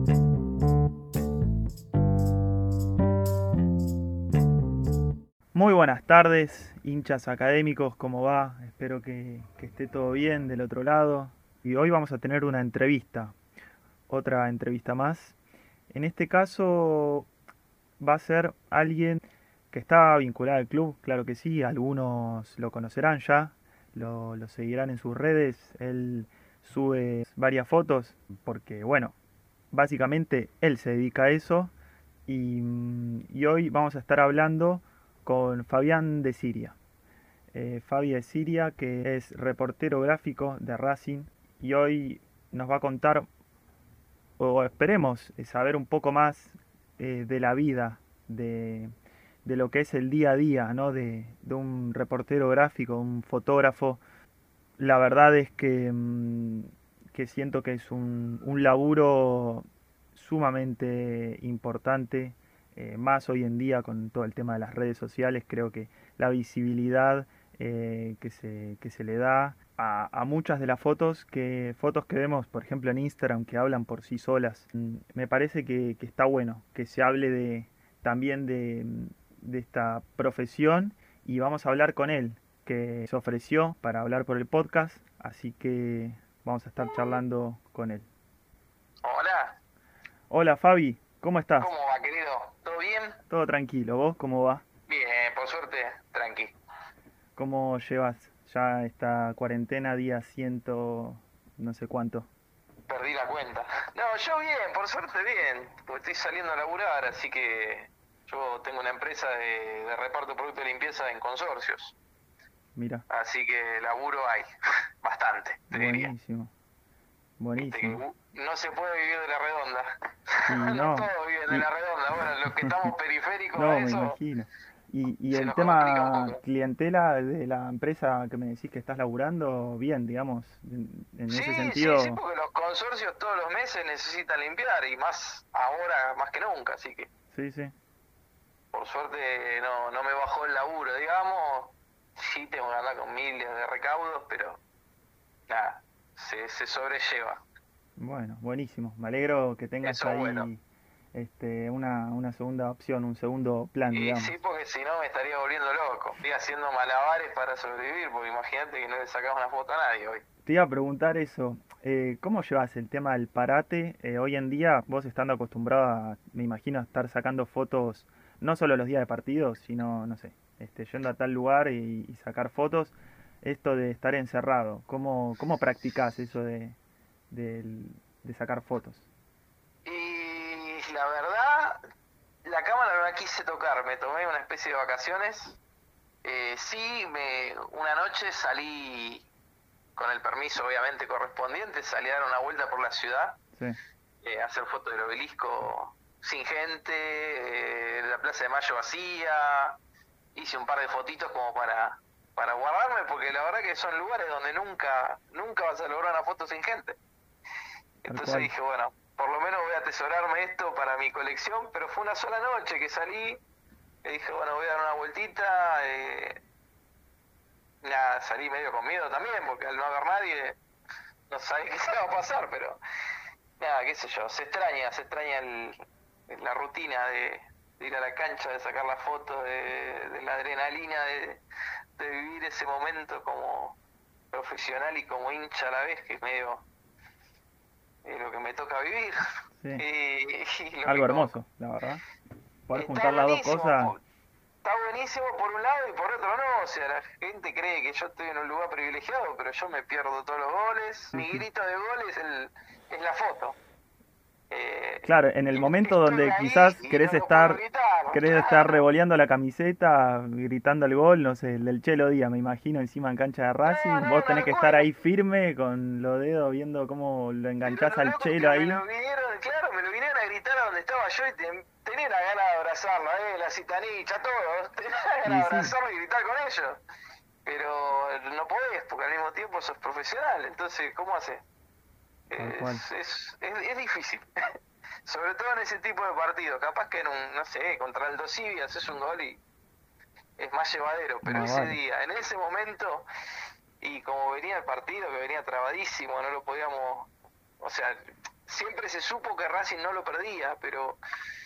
Muy buenas tardes, hinchas académicos, ¿cómo va? Espero que esté todo bien del otro lado. Y hoy vamos a tener una entrevista, otra entrevista más. En este caso va a ser alguien que está vinculado al club, claro que sí, algunos lo conocerán ya, lo seguirán en sus redes. Él sube varias fotos porque, bueno, básicamente él se dedica a eso y hoy vamos a estar hablando con Fabián de Siria. Fabi de Siria, que es reportero gráfico de Racing y hoy nos va a contar, o esperemos saber un poco más de la vida, de lo que es el día a día, ¿no? De un reportero gráfico, un fotógrafo. La verdad es que siento que es un laburo sumamente importante, más hoy en día con todo el tema de las redes sociales. Creo que la visibilidad que se le da a muchas de las fotos que vemos, por ejemplo, en Instagram, que hablan por sí solas. Me parece que está bueno que se hable también de esta profesión y vamos a hablar con él, que se ofreció para hablar por el podcast, así que vamos a estar charlando con él. Hola, Hola Fabi, ¿cómo estás? ¿cómo va, querido? ¿Todo bien? Todo tranquilo, ¿vos cómo va? Bien, por suerte, tranqui. ¿Cómo llevas ya esta cuarentena, día ciento no sé cuánto? Perdí la cuenta. No, yo bien, por suerte bien. Porque estoy saliendo a laburar, así que yo tengo una empresa de reparto de productos de limpieza en consorcios. Mira, Así que laburo hay. Bastante, te diría. buenísimo, Viste que buenísimo. no se puede vivir de la redonda. Y No no, todos viven de y la redonda. Bueno, los que estamos periféricos a no, me eso, imagino. Y se el nos complica un tema poco. clientela de la empresa que me decís que estás laburando, bien, digamos, en Sí, ese sí, sí, sentido, porque los consorcios todos los meses necesitan limpiar y más ahora, más que nunca, así que sí, sí. por suerte no me bajó el laburo, digamos, sí tengo que andar con miles de recaudos, pero nada, se sobrelleva, Bueno, buenísimo. Me alegro que tengas eso es bueno. ahí una segunda opción, un segundo plan, Y digamos. sí, porque si no me estaría volviendo loco, estoy haciendo malabares para sobrevivir, porque imagínate que no le sacamos una foto a nadie hoy. Te iba a preguntar eso, ¿cómo llevas el tema del parate? Hoy en día, vos estando acostumbrado a, me imagino, a estar sacando fotos, no solo los días de partidos, sino, no sé, yendo a tal lugar y sacar fotos, esto de estar encerrado, ¿cómo practicás eso del- de sacar fotos? Y la verdad, la cámara no la quise tocar, me tomé una especie de vacaciones. Sí, una noche salí, con el permiso obviamente correspondiente, salí a dar una vuelta por la ciudad, Sí, a hacer fotos del obelisco sin gente, la Plaza de Mayo vacía, hice un par de fotitos como para guardarme, porque la verdad que son lugares donde nunca vas a lograr una foto sin gente. tal Entonces cual. dije, bueno, por lo menos voy a atesorarme esto para mi colección, pero fue una sola noche que salí, y dije, bueno, voy a dar una vueltita, nada, salí medio con miedo también, porque al no haber nadie, no sabía qué se iba a pasar, pero nada, qué sé yo, se extraña la rutina de ir a la cancha, de sacar las fotos, de la adrenalina, de vivir ese momento como profesional y como hincha a la vez, que es medio lo que me toca vivir. Sí, Y algo hermoso, la verdad. Poder está juntar las dos buenísimo, cosas, está buenísimo por un lado y por otro no, o sea, la gente cree que yo estoy en un lugar privilegiado, pero yo me pierdo todos los goles, sí, mi sí. grito de gol es la foto. Claro, en el Y momento estoy donde ahí quizás y no lo puedo gritar, querés estar claro. revoleando la camiseta, gritando el gol, no sé, el del Chelo Díaz, me imagino, encima en cancha de No, Racing, no, vos tenés tal que estar cual. ahí firme con los dedos viendo cómo lo Pero enganchás lo al loco es Chelo que me ahí. lo vinieron, claro, me lo vinieron a gritar a donde estaba yo y tenía la gana de abrazarlo, la citanilla, a todos. Tenía la gana Y de sí, abrazarlo y gritar con ellos. Pero no podés, porque al mismo tiempo sos profesional. Entonces, ¿cómo haces? tal cual. Es difícil. Sobre todo en ese tipo de partidos. Capaz que en un, no sé, contra el Civi haces un gol y es más llevadero. Pero Más ese vale. día, en ese momento, y como venía el partido, que venía trabadísimo, no lo podíamos, o sea, siempre se supo que Racing no lo perdía, pero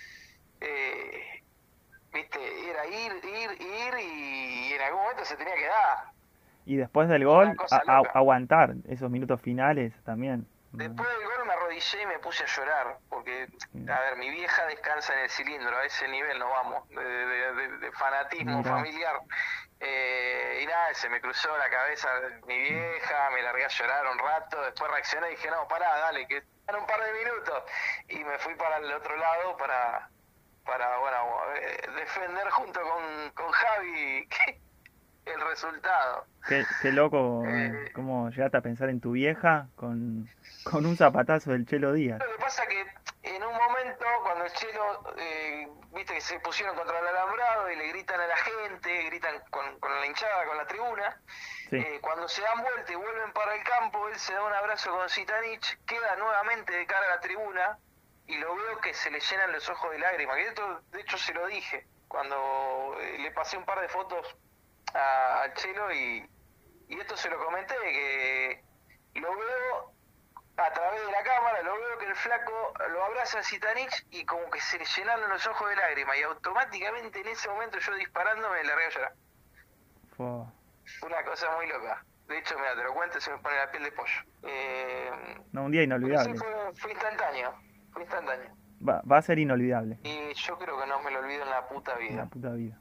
viste, era ir y en algún momento se tenía que dar. Y después del Una gol, cosa loca. aguantar esos minutos finales también. Después del gol me arrodillé y me puse a llorar, porque, Mm, a ver, mi vieja descansa en el cilindro, a ese nivel no vamos, de fanatismo Mira, familiar. Y nada, se me cruzó la cabeza mi vieja, me largué a llorar un rato, después reaccioné y dije, no, pará, dale, que en un par de minutos. Y me fui para el otro lado para bueno, defender junto con Javi el resultado. qué loco, Eh, cómo llegaste a pensar en tu vieja con un zapatazo del Chelo Díaz. Lo que pasa que en un momento, cuando el Chelo, viste que se pusieron contra el alambrado y le gritan a la gente, gritan con la hinchada, con la tribuna, Sí, cuando se dan vuelta y vuelven para el campo, él se da un abrazo con Zitanich, queda nuevamente de cara a la tribuna y lo veo que se le llenan los ojos de lágrimas. Que esto, de hecho, se lo dije cuando le pasé un par de fotos al Chelo y esto se lo comenté, que lo veo a través de la cámara, lo veo que el flaco lo abraza a Zitanich y como que se le llenaron los ojos de lágrimas y automáticamente en ese momento yo disparando me largué a llorar. fue, Una cosa muy loca. De hecho, mira, te lo cuento y se me pone la piel de pollo. no, un día Porque sí, inolvidable. fue instantáneo, fue instantáneo. Va a ser inolvidable Y yo creo que no me lo olvido en la puta en la vida. puta vida.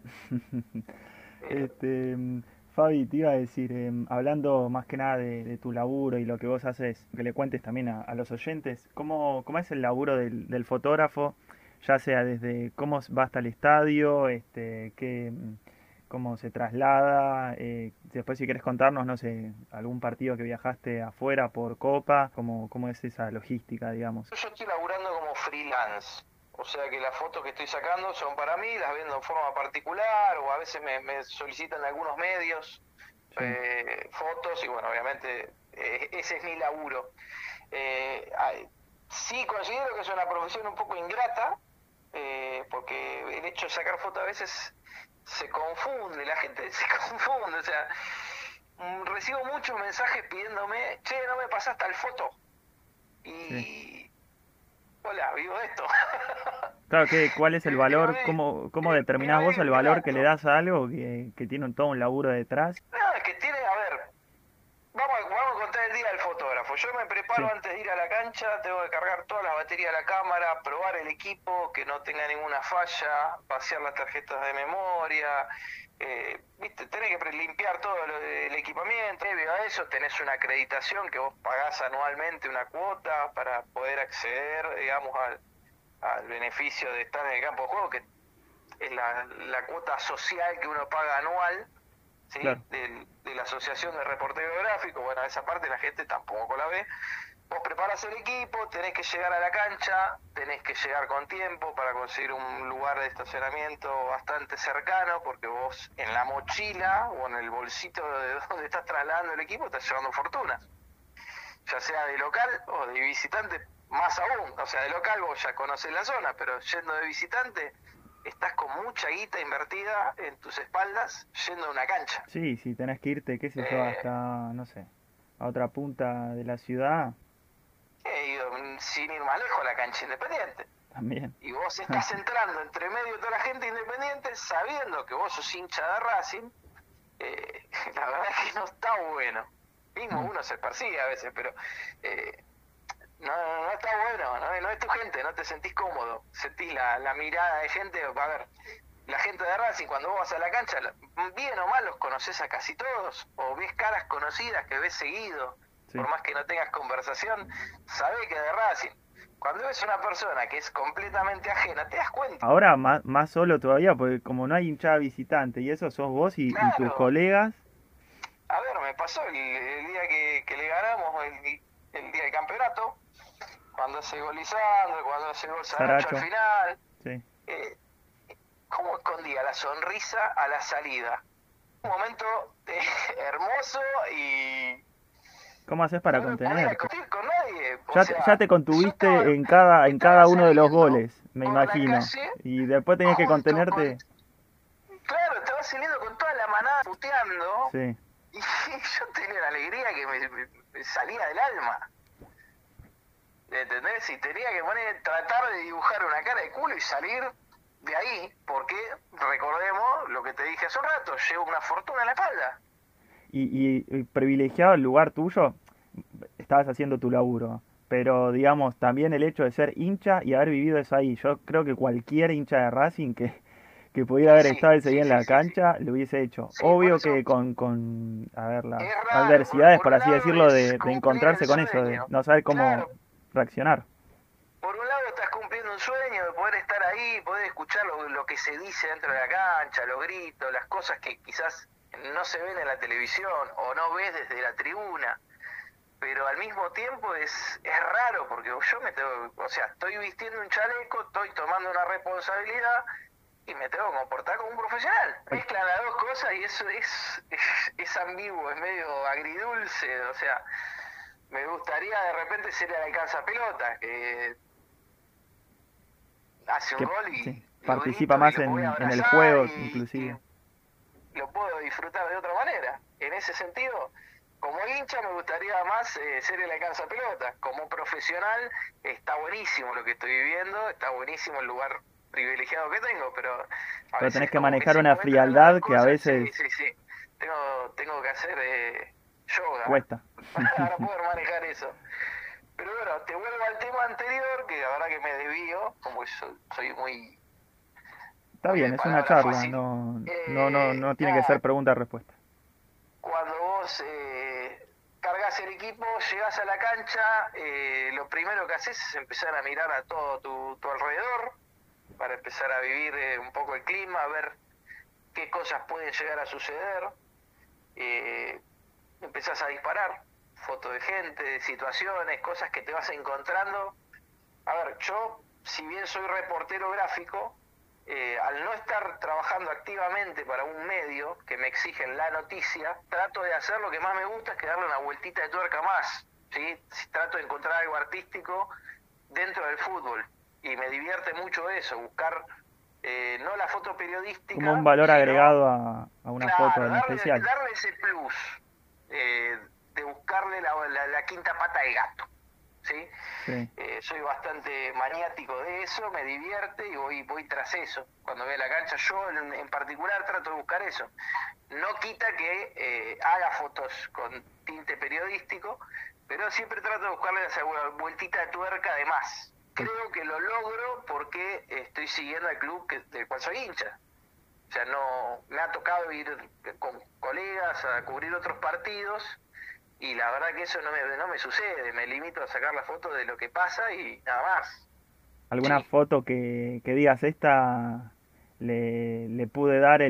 Eh, Este, Fabi, te iba a decir, hablando más que nada de tu laburo y lo que vos haces, que le cuentes también a los oyentes, ¿cómo es el laburo del fotógrafo? Ya sea desde cómo va hasta el estadio, cómo se traslada, después si quieres contarnos, no sé, algún partido que viajaste afuera por Copa, cómo es esa logística, digamos. yo estoy laburando como freelance. O sea que las fotos que estoy sacando son para mí, las vendo en forma particular o a veces me solicitan algunos medios Sí, fotos y bueno, obviamente ese es mi laburo. Sí considero que es una profesión un poco ingrata, porque el hecho de sacar fotos a veces se confunde, la gente se confunde, o sea, recibo muchos mensajes pidiéndome, che, no me pasás tal foto. sí. Y, hola, vivo de esto. Claro, ¿cuál es el valor? ¿Cómo Es determinás vos medio el valor que le ingrato. das a algo que tiene todo un laburo detrás? No, es que tiene, a ver, vamos a contar el día del fotógrafo. Yo me preparo Sí, antes de ir a la cancha, tengo que cargar todas las baterías de la cámara, probar el equipo, que no tenga ninguna falla, vaciar las tarjetas de memoria, viste, tenés que limpiar todo el equipamiento. Previo a eso tenés una acreditación que vos pagás anualmente una cuota para poder acceder, digamos, al beneficio de estar en el campo de juego, que es la cuota social que uno paga anual, ¿sí? claro. De la Asociación de Reportero Gráfico. Bueno, esa parte la gente tampoco la ve. Vos preparás el equipo, tenés que llegar a la cancha, tenés que llegar con tiempo para conseguir un lugar de estacionamiento bastante cercano, porque vos en la mochila o en el bolsito de donde estás trasladando el equipo estás llevando fortunas, ya sea de local o de visitante, más aún. O sea, de local vos ya conocés la zona, pero yendo de visitante estás con mucha guita invertida en tus espaldas yendo a una cancha. Sí, si tenés que irte, qué sé yo, Eh, hasta, no sé, a otra punta de la ciudad, He ido sin ir más lejos a la cancha Independiente. también. Y vos estás entrando entre medio de toda la gente independiente sabiendo que vos sos hincha de Racing. La verdad es que no está bueno. Mismo uno se persigue a veces, pero eh, no está bueno, no es tu gente, no te sentís cómodo. Sentís la mirada de gente. A ver, la gente de Racing, cuando vos vas a la cancha, bien o mal los conoces a casi todos, o ves caras conocidas que ves seguido, Sí. por más que no tengas conversación, sabés que es de Racing. Cuando ves una persona que es completamente ajena, te das cuenta. Ahora más solo todavía, porque como no hay hinchada visitante y eso sos vos y tus Claro, colegas, a ver, me pasó el día que le ganamos, el día del campeonato, cuando hace gol Lisandro, cuando hace gol Saracho al Saracho, final, sí. eh, cómo escondía la sonrisa a la salida. Un momento hermoso y ¿Cómo haces para no me podía contenerte? competir con nadie. O Ya sea, te yo contuviste en estaba cada uno de los saliendo goles, me por la imagino. calle Y después tenías que junto con, contenerte. claro, estaba saliendo con toda la manada puteando Sí, y yo tenía una alegría que me salía del alma. ¿entendés? Y tenía que tratar de dibujar una cara de culo y salir de ahí, porque recordemos lo que te dije hace un rato, llevo una fortuna en la espalda. Y privilegiado el lugar tuyo, estabas haciendo tu laburo. Pero digamos, también el hecho de ser hincha y haber vivido eso ahí. Yo creo que cualquier hincha de Racing que pudiera Y haber sí, estado ese día sí, en sí, la sí, sí. cancha, lo hubiese hecho. Sí, por Obvio eso que con a ver, las es raro, adversidades, por por un así lado decirlo, es de cumplir el encontrarse con eso, de sueño. no saber cómo Claro, reaccionar. por un lado estás cumpliendo un sueño de poder estar ahí, poder escuchar lo que se dice dentro de la cancha, los gritos, las cosas que quizás no se ven en la televisión o no ves desde la tribuna, pero al mismo tiempo es raro porque yo me tengo, o sea, estoy vistiendo un chaleco, estoy tomando una responsabilidad y me tengo que comportar como un profesional. Ay, Mezclan las dos cosas y eso es ambiguo, es medio agridulce, o sea, me gustaría de repente ser el alcanza pelota, que hace un que gol sí, y lo participa grito y más lo voy a en el abrazar juego, y inclusive. lo puedo disfrutar de otra manera. En ese sentido, como hincha me gustaría más ser el alcanza pelota. Como profesional está buenísimo lo que estoy viviendo, está buenísimo el lugar privilegiado que tengo, pero a Pero tenés veces que como que manejar se una encuentran las dos frialdad que a cosas. veces Sí, sí, sí. Tengo que hacer yoga cuesta. para poder manejar eso. Pero bueno, te vuelvo al tema anterior, que la verdad que me desvío, como soy muy, Está muy bien, de es una palabra charla, fácil. no tiene que ser Nada, pregunta-respuesta. cuando vos cargas el equipo, llegás a la cancha, lo primero que haces es empezar a mirar a todo tu alrededor, para empezar a vivir un poco el clima, a ver qué cosas pueden llegar a suceder. Eh, Empezás a disparar fotos de gente, de situaciones, cosas que te vas encontrando. A ver, yo, si bien soy reportero gráfico, al no estar trabajando activamente para un medio que me exigen la noticia, trato de hacer lo que más me gusta, es que darle una vueltita de tuerca más, ¿sí? Trato de encontrar algo artístico dentro del fútbol y me divierte mucho eso, buscar no la foto Como un periodística, valor sino, agregado a una foto claro, en especial. darle ese plus eh, de buscarle la quinta pata de gato, ¿sí? Sí. Soy bastante maniático de eso, me divierte y voy tras eso. Cuando voy a la cancha, yo en particular trato de buscar eso. No quita que haga fotos con tinte periodístico, pero siempre trato de buscarle esa vueltita de tuerca de más. Creo que lo logro porque estoy siguiendo al club del cual soy hincha. O sea, no me ha tocado ir con colegas a cubrir otros partidos y la verdad que eso no me sucede, me limito a sacar la foto de lo que pasa y nada más. ¿Alguna Sí, foto que digas esta le pude dar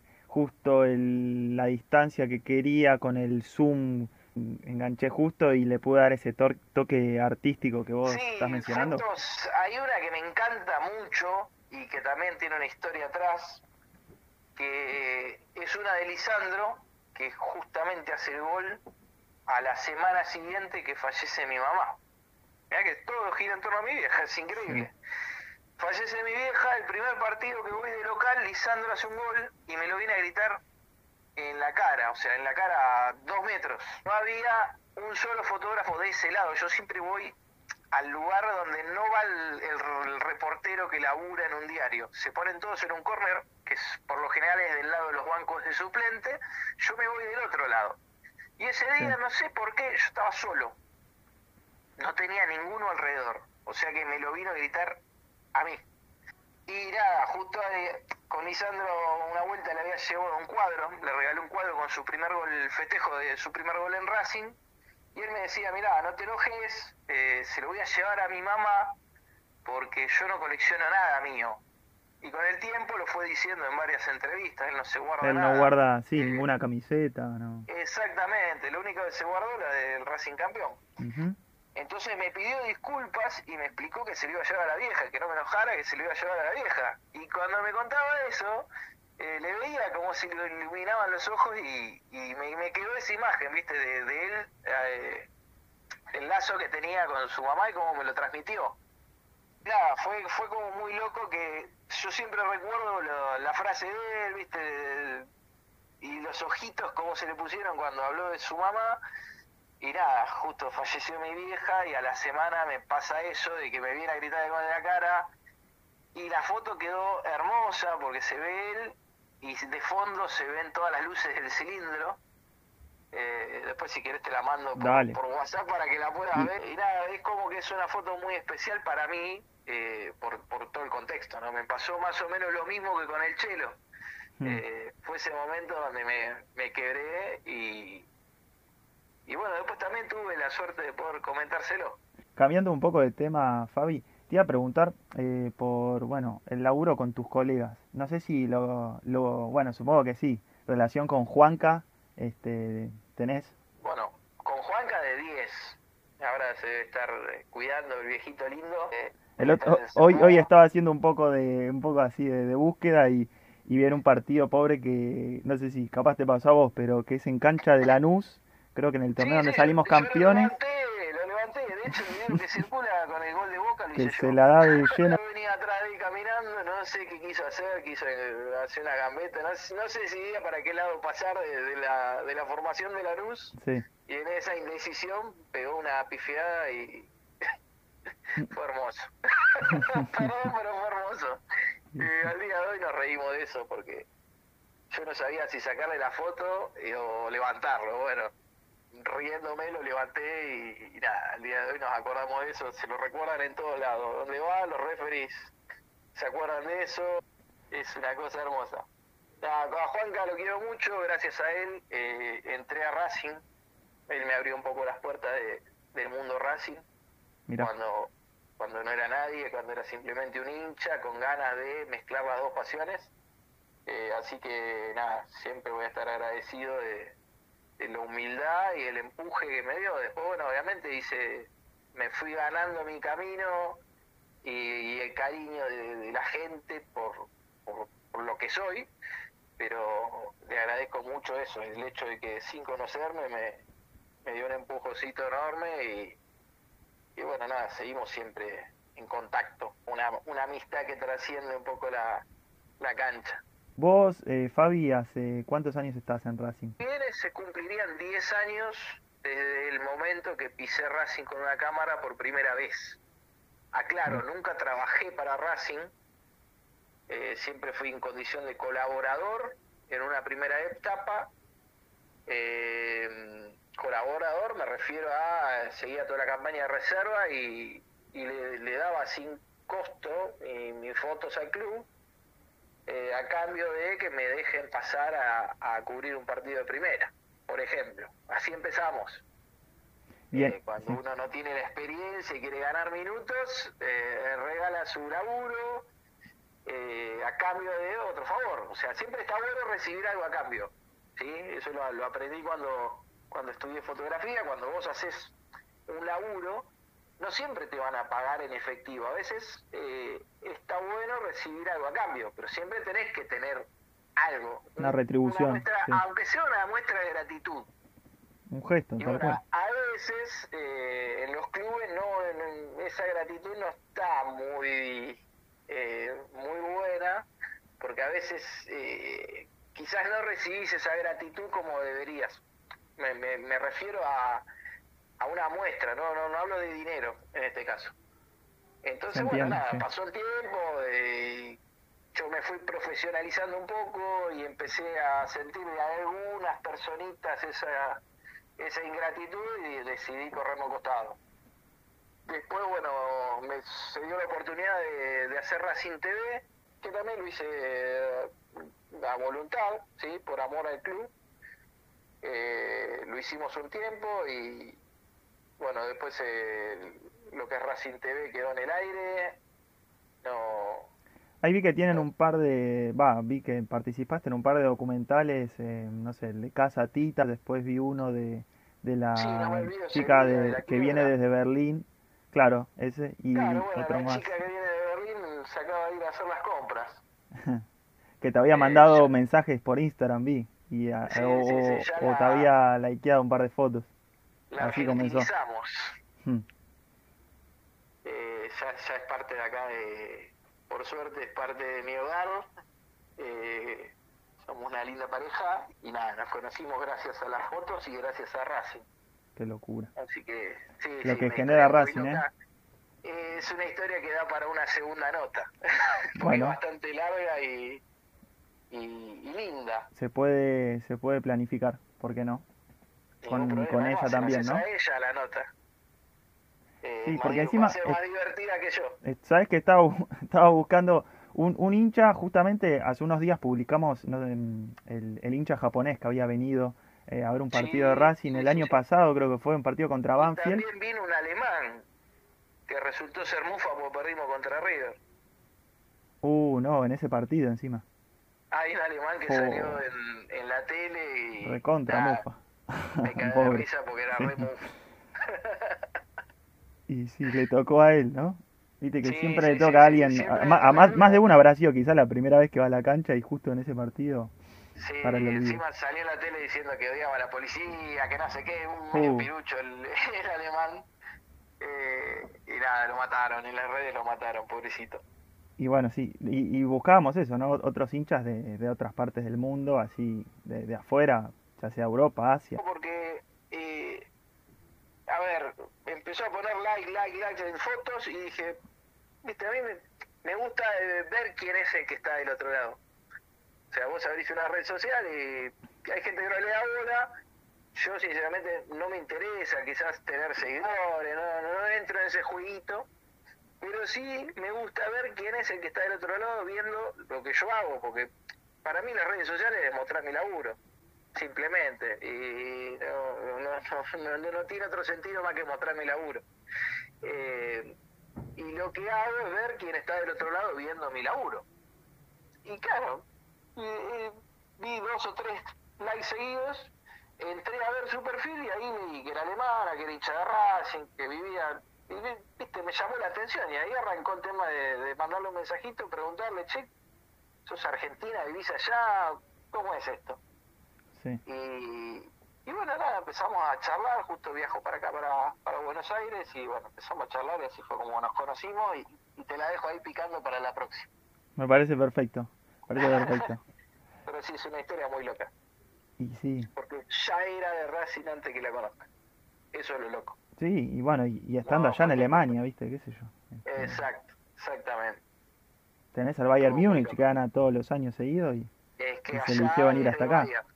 la distancia que quería con el zoom, enganché justo y le pude dar ese toque artístico que vos estás sí, mencionando? fotos, hay una que me encanta mucho y que también tiene una historia atrás, que es una de Lisandro, que justamente hace el gol a la semana siguiente que fallece mi mamá. Mirá que todo gira en torno a mi vieja, es Sí. increíble. Fallece mi vieja, el primer partido que voy de local, Lisandro hace un gol y me lo viene a gritar en la cara, o sea, en la cara a 2 metros. No había un solo fotógrafo de ese lado, yo siempre voy al lugar donde no va el reportero que labura en un diario. Se ponen todos en un córner, que por lo general es del lado de los bancos de suplente, yo me voy del otro lado. Y ese Sí. día, no sé por qué, yo estaba solo, no tenía ninguno alrededor, o sea que me lo vino a gritar a mí. Y nada, justo con Lisandro una vuelta le había llevado un cuadro, le regalé un cuadro con su primer gol, el festejo de su primer gol en Racing, y él me decía, mirá, no te enojes, se lo voy a llevar a mi mamá porque yo no colecciono nada mío. Y con el tiempo lo fue diciendo en varias entrevistas, él no se guarda Él no nada. guarda, sí, ninguna camiseta, no. Exactamente, lo único que se guardó la del Racing campeón. Ujú. Entonces me pidió disculpas y me explicó que se lo iba a llevar a la vieja, que no me enojara, que se lo iba a llevar a la vieja. Y cuando me contaba eso, le veía como si lo iluminaban los ojos y me quedó esa imagen, ¿viste? De él, el lazo que tenía con su mamá y cómo me lo transmitió. Nada, fue como muy loco que yo siempre recuerdo la frase de él, ¿viste? Y los ojitos, cómo se le pusieron cuando habló de su mamá. Y nada, justo falleció mi vieja y a la semana me pasa eso de que me viene a gritar de gol en la cara y la foto quedó hermosa porque se ve él y de fondo se ven todas las luces del cilindro. Después si querés te la mando Dale. por WhatsApp para que la puedas Y, ver. Y nada, es como que es una foto muy especial para mí por todo el contexto, ¿no? Me pasó más o menos lo mismo que con el Chelo. mm, Fue ese momento donde me quebré y bueno, después también tuve la suerte de poder comentárselo. Cambiando un poco de tema, Fabi, te iba a preguntar por, bueno, el laburo con tus colegas. No sé si bueno, supongo que sí. Relación con Juanca, ¿tenés? Bueno, con Juanca de 10. Ahora se debe estar cuidando el viejito lindo. Debe estar Hoy encerrado. estaba haciendo un poco así de búsqueda y ver un partido pobre que, no sé si capaz te pasó a vos, pero que es en cancha de Lanús, creo que en el Sí, torneo sí, donde salimos yo lo campeones, levanté, lo levanté. De hecho, el video que circula con el gol de Boca lo que hice se yo. la da de lleno. Yo venía atrás de él caminando, no sé qué quiso hacer, quiso hacer una gambeta, no sé si idea para qué lado pasar de la formación de la luz. Sí. Y en esa indecisión pegó una pifiada y fue hermoso. Perdón, pero fue hermoso. Al día de hoy nos reímos de eso porque yo no sabía si sacarle la foto o levantarlo. Bueno, riéndome lo levanté y nada, al día de hoy nos acordamos de eso, se lo recuerdan en todos lados. Donde va, los referees se acuerdan de eso, es una cosa hermosa. Nada, a Juanca lo quiero mucho, gracias a él entré a Racing, él me abrió un poco las puertas del mundo Racing, Mira, cuando, cuando no era nadie, cuando era simplemente un hincha con ganas de mezclar las dos pasiones. Así que nada, siempre voy a estar agradecido de la humildad y el empuje que me dio. Después, bueno, obviamente me fui ganando mi camino y el cariño de la gente por lo que soy, pero le agradezco mucho eso, el hecho de que sin conocerme me dio un empujocito enorme y bueno, nada, seguimos siempre en contacto, una amistad que trasciende un poco la cancha. vos, Fabi, ¿hace cuántos años estás en Racing? Viene, se cumplirían 10 años desde el momento que pisé Racing con una cámara por primera vez. Mira, Aclaro, nunca trabajé para Racing, siempre fui en condición de colaborador en una primera etapa. Colaborador me refiero a seguía toda la campaña de reserva y le daba sin costo mis fotos al club a cambio de que me dejen pasar a cubrir un partido de primera, por ejemplo. Así empezamos. bien, Cuando sí, uno no tiene la experiencia y quiere ganar minutos, regala su laburo a cambio de otro favor. O sea, siempre está bueno recibir algo a cambio. ¿Sí? Eso lo aprendí cuando estudié fotografía. Cuando vos haces un laburo, no siempre te van a pagar en efectivo. A veces está bueno recibir algo a cambio, pero siempre tenés que tener algo, una una retribución, muestra, sí, aunque sea una muestra de gratitud. un gesto, Y tal bueno, cual. a veces en los clubes esa gratitud no está muy buena, porque a veces quizás no recibís esa gratitud como deberías. Me refiero a una muestra, no hablo de dinero en este caso. Se Entonces, bueno, entiende, nada, sí. pasó el tiempo, yo me fui profesionalizando un poco y empecé a sentir de algunas personitas esa ingratitud y decidí correrme al costado. Después, bueno, se dio la oportunidad de hacer Racing TV, que también lo hice a voluntad, ¿sí? Por amor al club. Lo hicimos un tiempo y, bueno, después lo que es Racing TV quedó en el aire. No, Ahí vi que tienen no, un par vi que participaste en un par de documentales, no sé, el de Casa Tita, después vi uno de sí, no me la olvido ese chica día de la que viene quiebra. desde Berlín, claro, ese, Claro, y bueno, otro la más, chica que viene de Berlín se acaba de ir a hacer las compras. que te había Eh, mandado ya- mensajes por Instagram, vi, sí, sí, sí, ya o te había likeado un par de fotos, la así comenzó. argentinizamos. Hmm. Ya es parte de acá, por suerte es parte de mi hogar. Eh, Somos una linda pareja y nada, nos conocimos gracias a las fotos y gracias a Racing. Qué locura. Así que sí, Lo sí, que una genera historia muy Racing, ¿eh? loca. Es una historia que da para una segunda nota, porque es Bueno, bastante larga y linda. se puede planificar, ¿por qué no? Ningún Con problema. Es ella más, se la también, haces ¿no? a ella la nota. Sí, porque Va a encima, ser más divertida que yo. sabes que estaba, estaba buscando un hincha, justamente hace unos días publicamos ¿no? El hincha japonés que había venido a ver un partido de Sí, Racing sí, el sí, año sí. pasado, creo que fue un partido contra Y Banfield. también vino un alemán que resultó ser mufa porque perdimos contra River. No, en ese partido encima. Hay un alemán que salió Oh, en la tele y recontra nada, mufa. me caí de Pobre. risa porque era Sí. re mufa. Y sí, le tocó a él, ¿no? Viste que Sí, siempre le sí, sí, toca a sí. alguien, Siempre le toca a más de uno. una habrá sido quizá la primera vez que va a la cancha y justo en ese partido Sí, para el olvido. encima salió en la tele diciendo que odiaba a la policía, que no sé qué, un medio Uh, pirucho el alemán. Y nada, lo mataron, en las redes lo mataron, pobrecito. y bueno, sí, y buscábamos eso, ¿no? Otros hinchas de otras partes del mundo, así, de afuera, ya sea Europa, Asia. Porque, a ver, empezó a poner like en fotos y dije, viste, a mí me gusta ver quién es el que está del otro lado. O sea, vos abrís una red social y hay gente que no le da bola. Yo sinceramente no me interesa quizás tener seguidores, no entro en ese jueguito, pero sí me gusta ver quién es el que está del otro lado viendo lo que yo hago, porque para mí las redes sociales es mostrar mi laburo, simplemente, y no tiene otro sentido más que mostrar mi laburo. Eh, y lo que hago es ver quién está del otro lado viendo mi laburo. Y claro, vi 2 o 3 likes seguidos, entré a ver su perfil y ahí vi que era alemana, que era hincha de Racing, que vivía, y viste, me llamó la atención y ahí arrancó el tema de mandarle un mensajito, preguntarle, che, ¿sos argentina, vivís allá? ¿Cómo es esto? Sí, Y bueno, nada, empezamos a charlar, justo viajo para acá, para Buenos Aires, y bueno, empezamos a charlar y así fue como nos conocimos y te la dejo ahí picando para la próxima. me parece perfecto, parece perfecto. Pero sí, es una historia muy loca. Y sí, Porque ya era de Racing antes que la conozca. Eso es lo loco. sí, y bueno, y estando No, allá en fue muy loco. Alemania, ¿viste? ¿Qué sé yo? Exacto, exactamente. Tenés al Bayern Estuvo muy Múnich que loco. gana todos los años seguidos Es y que se eligió allá venir es hasta de acá. Bayern.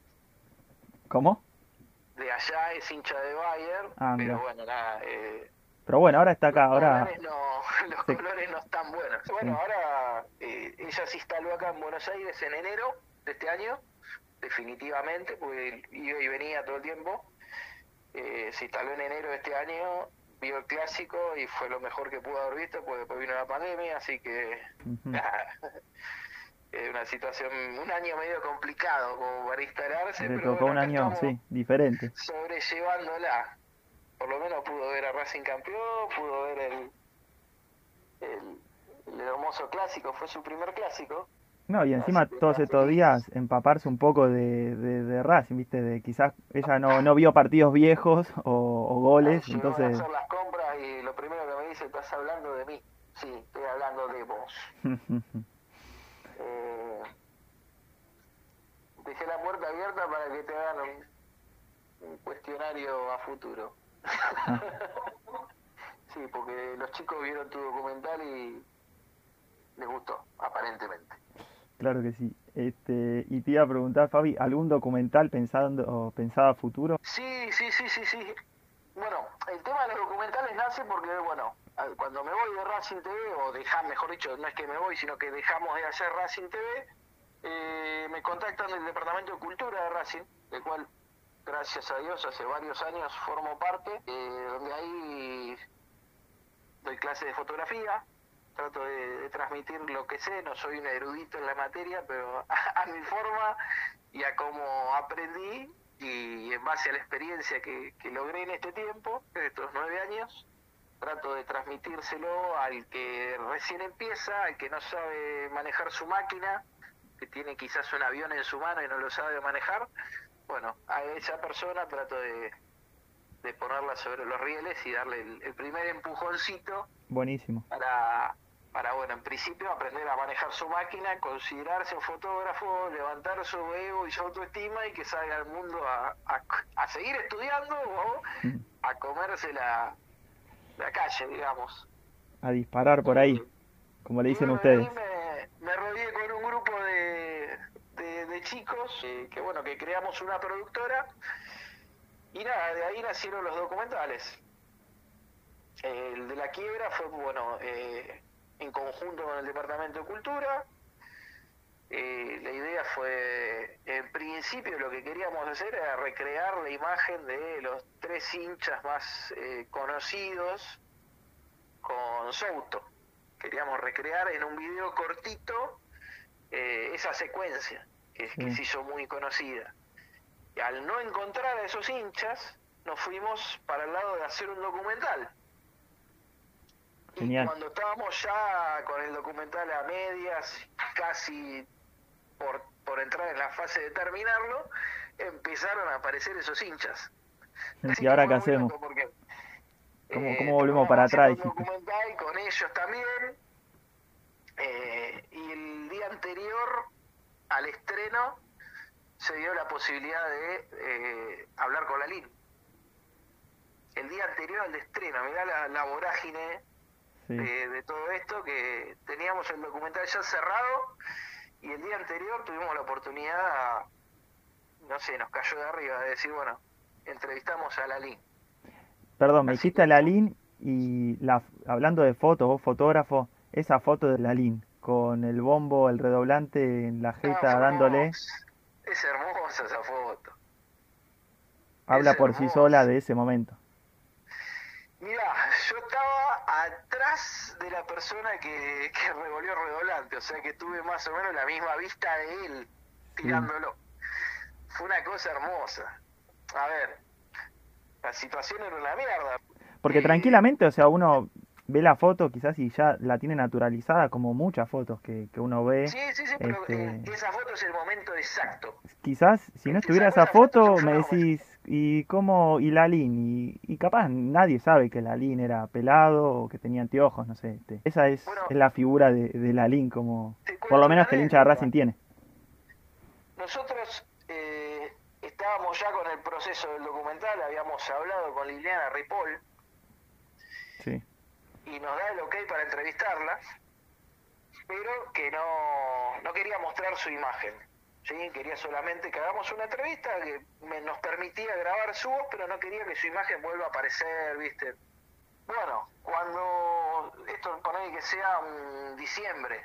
¿Cómo? De allá es hincha de Bayern, Ah, pero mira. bueno, nada, Pero bueno, ahora está acá, los ahora colores no, los se, colores no están buenos. Bueno, sí. ahora ella se instaló acá en Buenos Aires en enero de este año, definitivamente, porque iba y venía todo el tiempo. Se instaló en enero de este año, vio el clásico y fue lo mejor que pudo haber visto, porque después vino la pandemia, así que Ujú. nada, una situación, un año medio complicado como para instalarse, Le pero tocó bueno, un acá año, estamos sí, diferente. sobrellevándola. Por lo menos pudo ver a Racing campeón, pudo ver el, el hermoso clásico, fue su primer clásico, No, y así encima que todos está estos feliz. días empaparse un poco de Racing, ¿viste? De quizás ella no vio partidos viejos o Ahí goles, llegó a entonces hacer las compras y lo primero que me dice, ¿estás hablando de mí? Sí, estoy hablando de vos. Eh, Dejé la puerta abierta para que te hagan un cuestionario a futuro. Sí, porque los chicos vieron tu documental y les gustó, aparentemente. claro que sí. Y te iba a preguntar, Fabi, ¿algún documental pensado a futuro? Sí. Bueno, el tema de los documentales nace porque, bueno, cuando me voy de Racing TV, o dejamos, mejor dicho, no es que me voy, sino que dejamos de hacer Racing TV, me contactan del Departamento de Cultura de Racing, del cual, gracias a Dios, hace varios años formo parte, donde ahí doy clases de fotografía, trato de transmitir lo que sé, no soy un erudito en la materia, pero a mi forma y a cómo aprendí y en base a la experiencia que logré en este tiempo, en estos 9 años, trato de transmitírselo al que recién empieza, al que no sabe manejar su máquina, que tiene quizás un avión en su mano y no lo sabe manejar. Bueno, a esa persona trato de ponerla sobre los rieles y darle el primer empujoncito Buenísimo. para, para bueno, en principio aprender a manejar su máquina, considerarse un fotógrafo, levantar su ego y su autoestima y que salga al mundo a seguir estudiando o a comerse la calle, digamos. A disparar por ahí, Y, como le y dicen bueno, de ustedes. ahí me rodeé con un grupo de chicos bueno, que creamos una productora y nada, de ahí nacieron los documentales. El de la quiebra fue, bueno, en conjunto con el Departamento de Cultura. La idea fue, en principio lo que queríamos hacer era recrear la imagen de los 3 hinchas más conocidos con Souto. Queríamos recrear en un video cortito esa secuencia que Sí, se hizo muy conocida. Y al no encontrar a esos hinchas, nos fuimos para el lado de hacer un documental. Y genial. cuando estábamos ya con el documental a medias, casi por entrar en la fase de terminarlo, empezaron a aparecer esos hinchas. ¿Y Así que ahora qué fue muy hacemos? loco porque ¿Cómo volvemos terminamos para atrás, haciendo un dijiste? documental con ellos también. Y el día anterior al estreno se dio la posibilidad de hablar con Lalín. El día anterior al estreno, mirá la vorágine Sí. de todo esto, que teníamos el documental ya cerrado y el día anterior tuvimos la oportunidad, no sé, nos cayó de arriba de decir, bueno, entrevistamos a Lalín. Perdón, me Así dijiste que a Lalín y hablando de fotos, vos fotógrafo, esa foto de Lalín, con el bombo, el redoblante en la jeta fue dándole, hermoso, es hermosa esa foto, es habla por sí sola hermosa. de ese momento. Mira, yo estaba atrás de la persona que revolvió el redoblante, o sea que tuve más o menos la misma vista de él Sí. tirándolo. Fue una cosa hermosa. A ver, la situación era una mierda. Porque Eh, tranquilamente, o sea, uno ve la foto quizás y ya la tiene naturalizada como muchas fotos que uno ve. sí, sí, sí, pero Este, esa foto es el momento exacto. quizás si no El que estuviera sacó esa esa foto es un foto me fenómeno. decís, ¿y cómo? ¿Y Lalín? Y capaz nadie sabe que Lalín era pelado o que tenía anteojos, no sé. Esa es Bueno, la figura de Lalín como, te por lo cuento una menos que el hincha de Racing anécdota. tiene. Nosotros estábamos ya con el proceso del documental, habíamos hablado con Liliana Ripoll Sí, y nos da el ok para entrevistarla, pero que no quería mostrar su imagen. ¿Sí? Quería solamente que hagamos una entrevista que nos permitía grabar su voz, pero no quería que su imagen vuelva a aparecer, ¿viste? Bueno, cuando esto ponele que sea un diciembre,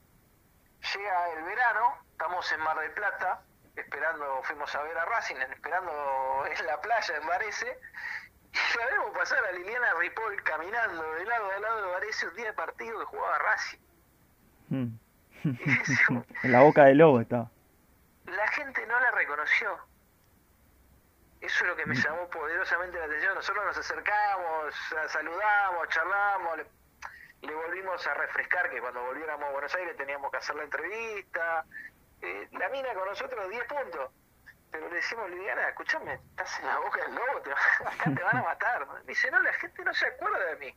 llega el verano, estamos en Mar del Plata, esperando, fuimos a ver a Racing, esperando en la playa en Varese, y la vemos pasar a Liliana Ripoll caminando de lado a lado de Varese un día de partido que jugaba Racing. mm. Y decimos, En la boca del lobo estaba. la gente no la reconoció. Eso es lo que me Mm. llamó poderosamente la atención. Nosotros nos acercamos, la saludamos, charlamos, le volvimos a refrescar que cuando volviéramos a Buenos Aires teníamos que hacer la entrevista. La mina con nosotros 10 puntos. Pero le decimos, Liliana, escúchame, estás en la boca del lobo, acá te van a matar. Me dice, no, la gente no se acuerda de mí.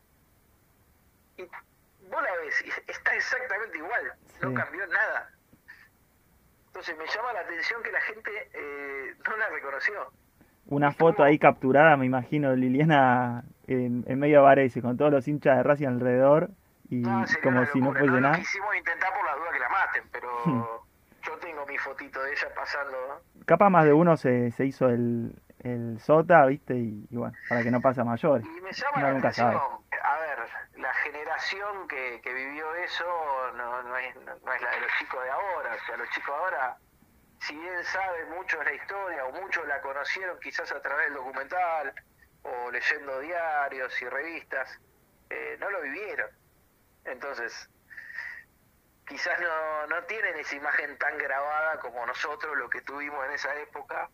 Y vos la ves, y está exactamente igual, no Sí. cambió nada. Entonces me llama la atención que la gente no la reconoció. Una Y foto ahí tuvo, capturada, me imagino, Liliana en medio de Varese, con todos los hinchas de Racing alrededor no, y sería como una si no locura. fuese No lo nada. quisimos intentar por la duda que la maten, pero yo tengo mi fotito de ella pasando, ¿no? Capaz más de uno se hizo el sota, ¿viste? Y bueno, para que no pase a mayores. Y me llama Uno la nunca atención, sabe. a ver, la generación que vivió eso no es la de los chicos de ahora. O sea, los chicos de ahora, si bien saben mucho de la historia o muchos la conocieron quizás a través del documental o leyendo diarios y revistas, no lo vivieron. Entonces, quizás no tienen esa imagen tan grabada como nosotros, lo que tuvimos en esa época,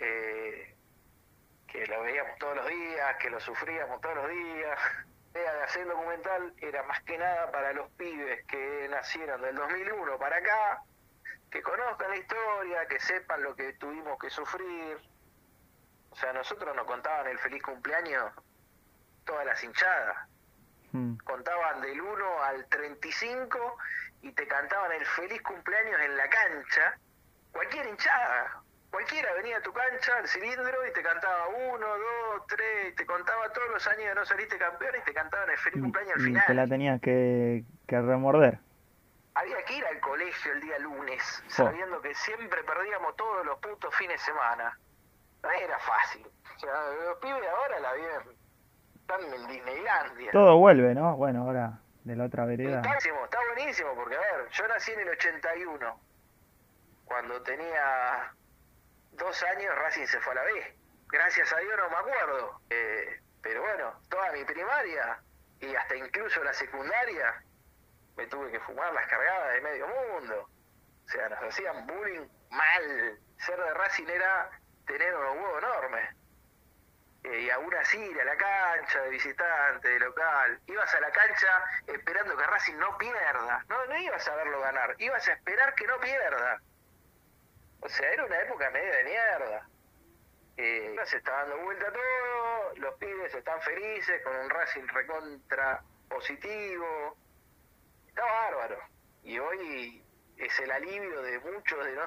que lo veíamos todos los días, que lo sufríamos todos los días. La idea de hacer el documental era más que nada para los pibes que nacieron del 2001 para acá, que conozcan la historia, que sepan lo que tuvimos que sufrir. O sea, nosotros nos contaban el feliz cumpleaños todas las hinchadas. Contaban del 1 al 35 y te cantaban el feliz cumpleaños en la cancha. Cualquier hinchada, cualquiera venía a tu cancha, al cilindro, y te cantaba 1, 2, 3, te contaba todos los años de no saliste campeón y te cantaban el feliz cumpleaños al Y te la final. tenías que remorder. Había que ir al colegio el día lunes, Jo. sabiendo que siempre perdíamos todos los putos fines de semana. No era fácil. O sea, los pibes ahora la viven, están en Disneylandia. Todo vuelve, ¿no? Bueno, ahora de la otra Y vereda. está buenísimo, porque a ver, yo nací en el 81. Cuando tenía 2 años, Racing se fue a la B. Gracias a Dios no me acuerdo. Pero bueno, toda mi primaria y hasta incluso la secundaria me tuve que fumar las cargadas de medio mundo. O sea, nos hacían bullying mal. Ser de Racing era tener unos huevos enormes. Y aún así ir a la cancha de visitante, de local. Ibas a la cancha esperando que Racing no pierda. No ibas a verlo ganar, ibas a esperar que no pierda. O sea, era una época medio de mierda. Se está dando vuelta todo, los pibes están felices con un Racing recontra positivo. Está bárbaro. Y hoy es el alivio de muchos de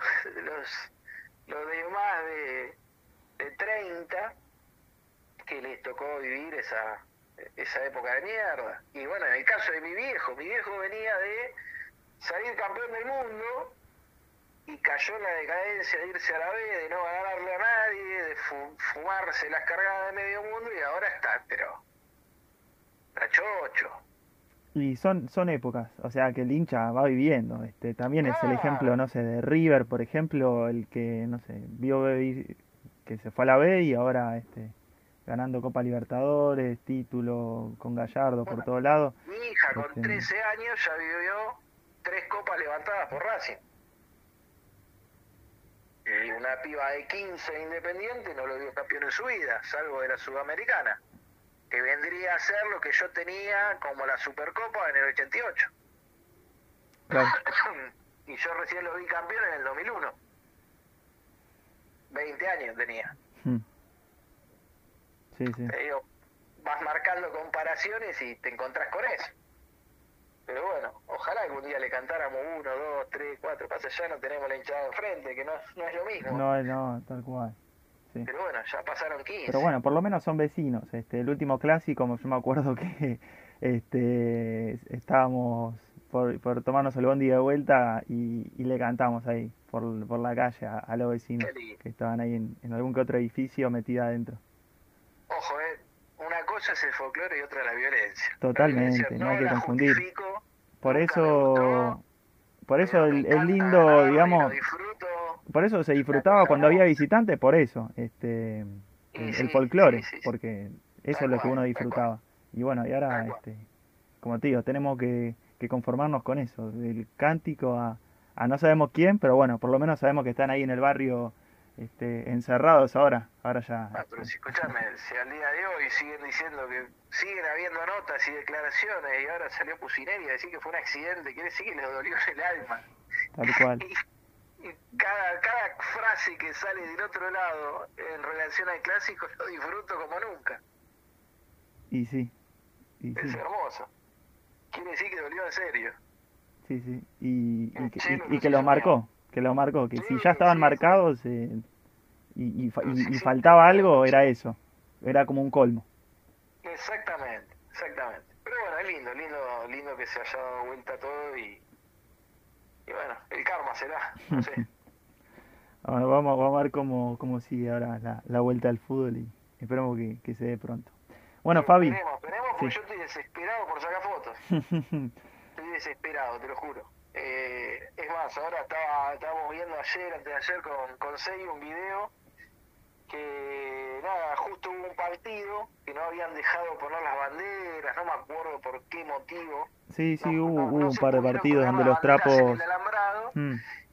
los de más de 30 que les tocó vivir esa época de mierda. Y bueno, en el caso de mi viejo venía de salir campeón del mundo y cayó en la decadencia de irse a la B, de no ganarle a nadie, de fumarse las cargadas de medio mundo, y ahora está, pero está chocho. Y son épocas, o sea que el hincha va viviendo. También es el ejemplo, Claro. no sé, de River, por ejemplo, el que, no sé, que se fue a la B y ahora ganando Copa Libertadores, título con Gallardo por Bueno, todos lados. mi hija con Este, 13 años ya vivió 3 copas levantadas por Racing. Y una piba de 15 Independiente no lo vio campeón en su vida, salvo de la Sudamericana, que vendría a ser lo que yo tenía como la Supercopa en el 88. claro. Y yo recién lo vi campeón en el 2001. 20 años tenía. Mm. Sí, sí. Te digo, vas marcando comparaciones y te encontrás con eso. Pero bueno, ojalá algún día le cantáramos 1, 2, 3, 4. Pasa, ya no tenemos la hinchada enfrente, que no es lo mismo. No, tal cual. Sí. Pero bueno, ya pasaron 15. Pero bueno, por lo menos son vecinos. El último clásico, yo me acuerdo que estábamos por tomarnos el bondi de vuelta y le cantamos ahí por la calle a los vecinos Qué lindo. que estaban ahí en algún que otro edificio metido adentro. Ojo, una cosa es el folclore y otra la violencia. La violencia Totalmente, no hay no que la confundir. justifico, Por nunca me gustó, eso pero me es encanta lindo, ganarlo y lo digamos, disfruto. por eso se Es una disfrutaba cosa cuando había hermosa. visitantes, por eso, Y el sí, folclore, sí. porque eso Tal es lo que cual, uno tal cual, disfrutaba. Y bueno, y ahora, tal cual. como te digo, tenemos que conformarnos con eso, del cántico a no sabemos quién, pero bueno, por lo menos sabemos que están ahí en el barrio, encerrados ahora, ya, Pero si escuchame, si al día de hoy siguen diciendo que siguen habiendo notas y declaraciones y ahora salió Pusineri a decir que fue un accidente, quiere decir que les dolió el alma. tal cual. Y cada frase que sale del otro lado en relación al clásico lo disfruto como nunca. Y sí, Es hermoso. Quiere decir que dolió en serio. sí, y, El que- Chelo y nos hizo mierda. que lo marcó, que Sí, si ya estaban sí. marcados, Pero si y existe faltaba la algo, era emoción. eso, era como un colmo. Exactamente. Pero bueno, es lindo que se haya dado vuelta todo y bueno, el karma será, no sé. Bueno, vamos a ver cómo sigue ahora la vuelta al fútbol y esperemos que se dé pronto. Bueno, Fabi, Esperemos porque sí. yo estoy desesperado por sacar fotos. Estoy desesperado, te lo juro. Es más, ahora estábamos viendo antes de ayer con Sei un video que nada, justo hubo un partido que no habían dejado poner las banderas, no me acuerdo por qué motivo. Sí, hubo No un se par de pudieron partidos colgar donde las los banderas en el trapos... alambrado Mm,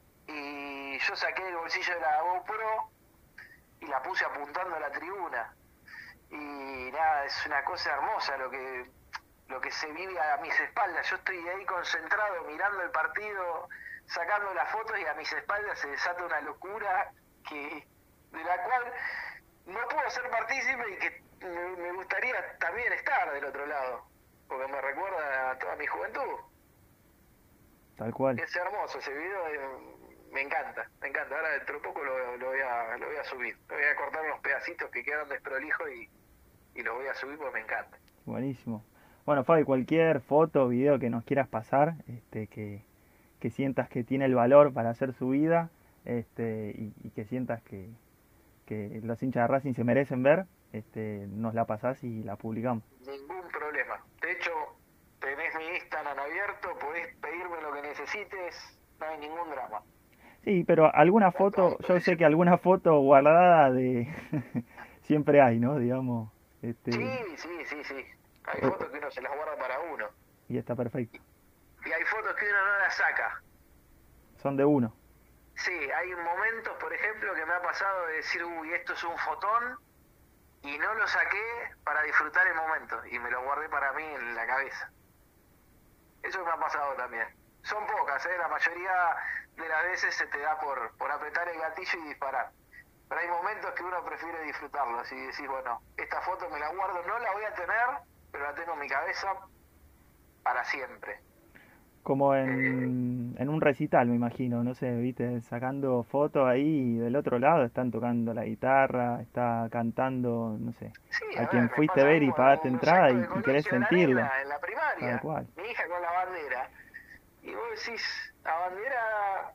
y yo saqué el bolsillo de la GoPro y la puse apuntando a la tribuna. Y nada, es una cosa hermosa lo que se vive a mis espaldas. Yo estoy ahí concentrado mirando el partido, sacando las fotos y a mis espaldas se desata una locura de la cual no puedo ser partícipe y que me gustaría también estar del otro lado. porque me recuerda a toda mi juventud. Tal cual. Es hermoso ese video, me encanta, me encanta. Ahora dentro de poco lo voy a subir. Lo voy a cortar unos pedacitos que quedan desprolijos y lo voy a subir porque me encanta. Buenísimo. Bueno, Fabi, cualquier foto o video que nos quieras pasar, que sientas que tiene el valor para ser subida, y que sientas que los hinchas de Racing se merecen ver, nos la pasás y la publicamos. Ningún problema. De hecho, tenés mi Instagram abierto, podés pedirme lo que necesites, no hay ningún drama. Sí, pero alguna Está todo a foto, yo sé disposición. que alguna foto guardada de siempre hay, ¿no? Digamos, Sí, sí, sí, sí. Hay o- fotos que uno se las guarda para uno. y está perfecto. Y hay fotos que uno no las saca. Son de uno. Sí, hay momentos, por ejemplo, que me ha pasado de decir, uy, esto es un fotón, y no lo saqué para disfrutar el momento, y me lo guardé para mí en la cabeza. Eso me ha pasado también. Son pocas, ¿eh? La mayoría de las veces se te da por apretar el gatillo y disparar. Pero hay momentos que uno prefiere disfrutarlos y decís, bueno, esta foto me la guardo, no la voy a tener, pero la tengo en mi cabeza para siempre. Como Eh, en un recital, me imagino, no sé, viste, sacando fotos ahí y del otro lado están tocando la guitarra, está cantando, no sé, sí, a a quien ver, me fuiste a pasa ver y mismo pagaste en los entrada actos de y querés colegio de la sentirlo, nena, en la tal primaria, cual. mi hija con la bandera, y vos decís, la bandera,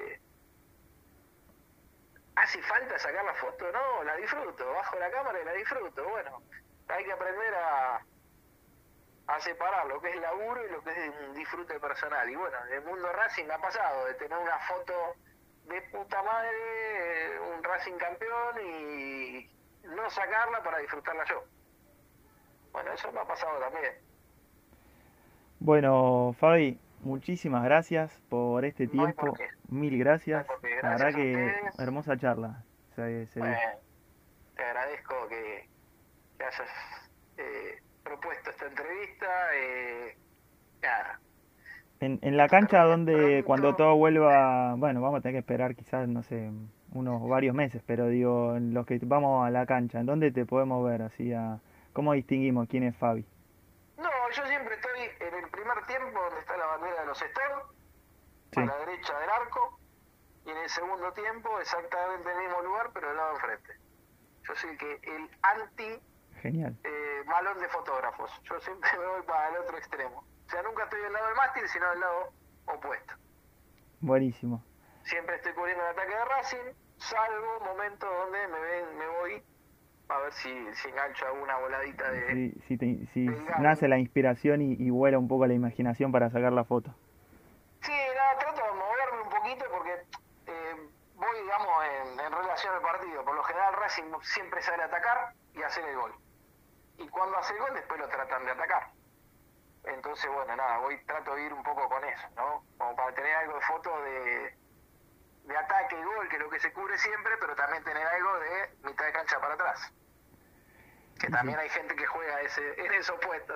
¿hace falta sacar la foto? No, la disfruto, bajo la cámara y la disfruto. Bueno, hay que aprender a separar lo que es laburo y lo que es un disfrute personal. Y bueno, en el mundo Racing me ha pasado de tener una foto de puta madre, un Racing campeón y no sacarla para disfrutarla yo. Bueno, eso me ha pasado también. Bueno, Fabi, muchísimas gracias por este No hay por tiempo, qué, mil no hay gracias, por qué. la verdad Gracias a que ustedes. hermosa charla se dio. Bueno, te agradezco que hayas propuesto esta entrevista. Nada, En la cancha donde cuando pronto. todo vuelva, bueno, vamos a tener que esperar quizás, no sé, unos varios meses, pero digo, en los que vamos a la cancha, ¿en dónde te podemos ver? Así ¿cómo distinguimos quién es Fabi? No, yo siempre estoy en el primer tiempo donde está la bandera de los Stones, a Sí, la derecha del arco, y en el segundo tiempo exactamente en el mismo lugar, pero del lado enfrente. Yo soy el anti genial, balón de fotógrafos. Yo siempre me voy para el otro extremo. O sea, nunca estoy del lado del mástil, sino del lado opuesto. buenísimo. Siempre estoy cubriendo el ataque de Racing, salvo momentos donde me voy a ver si engancho alguna voladita Si del Galo. nace la inspiración y vuela un poco la imaginación para sacar la foto. Sí, nada, trato de moverme un poquito porque voy, digamos, en relación al partido. Por lo general Racing siempre sale a atacar y hacer el gol. Y cuando hace el gol después lo tratan de atacar. Entonces, bueno, nada, trato de ir un poco con eso, ¿no? Como para tener algo de foto de ataque y gol, que es lo que se cubre siempre, pero también tener algo de mitad de cancha para atrás. Que Y sí, también hay gente que juega en esos puestos.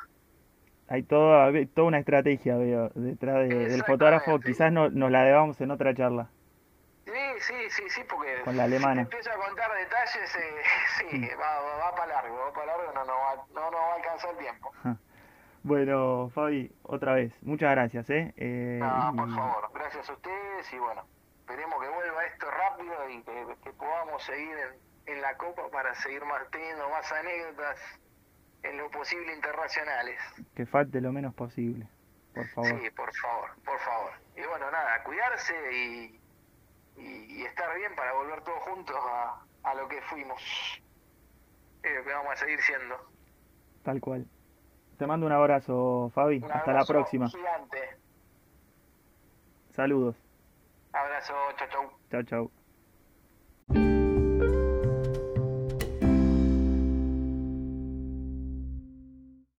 hay toda una estrategia, veo, detrás del fotógrafo. Exactamente. Quizás no, nos la debamos en otra charla Sí, sí, sí, sí, porque con la si te alemana. empiezo a contar detalles, Mm. sí, va para largo, no va a alcanzar el tiempo. Bueno, Fabi, otra vez, muchas gracias, ¿eh? No, por favor, gracias a ustedes y bueno, esperemos que vuelva esto rápido y que podamos seguir en la Copa para seguir teniendo más anécdotas en lo posible internacionales. Que falte lo menos posible, por favor. Sí, por favor, por favor. Y bueno, nada, cuidarse y estar bien para volver todos juntos a lo que fuimos, que vamos a seguir siendo. Tal cual. Te mando un abrazo, Fabi. Un Hasta la abrazo próxima. gigante. Saludos. Abrazo, chau, chau. Chao, chao.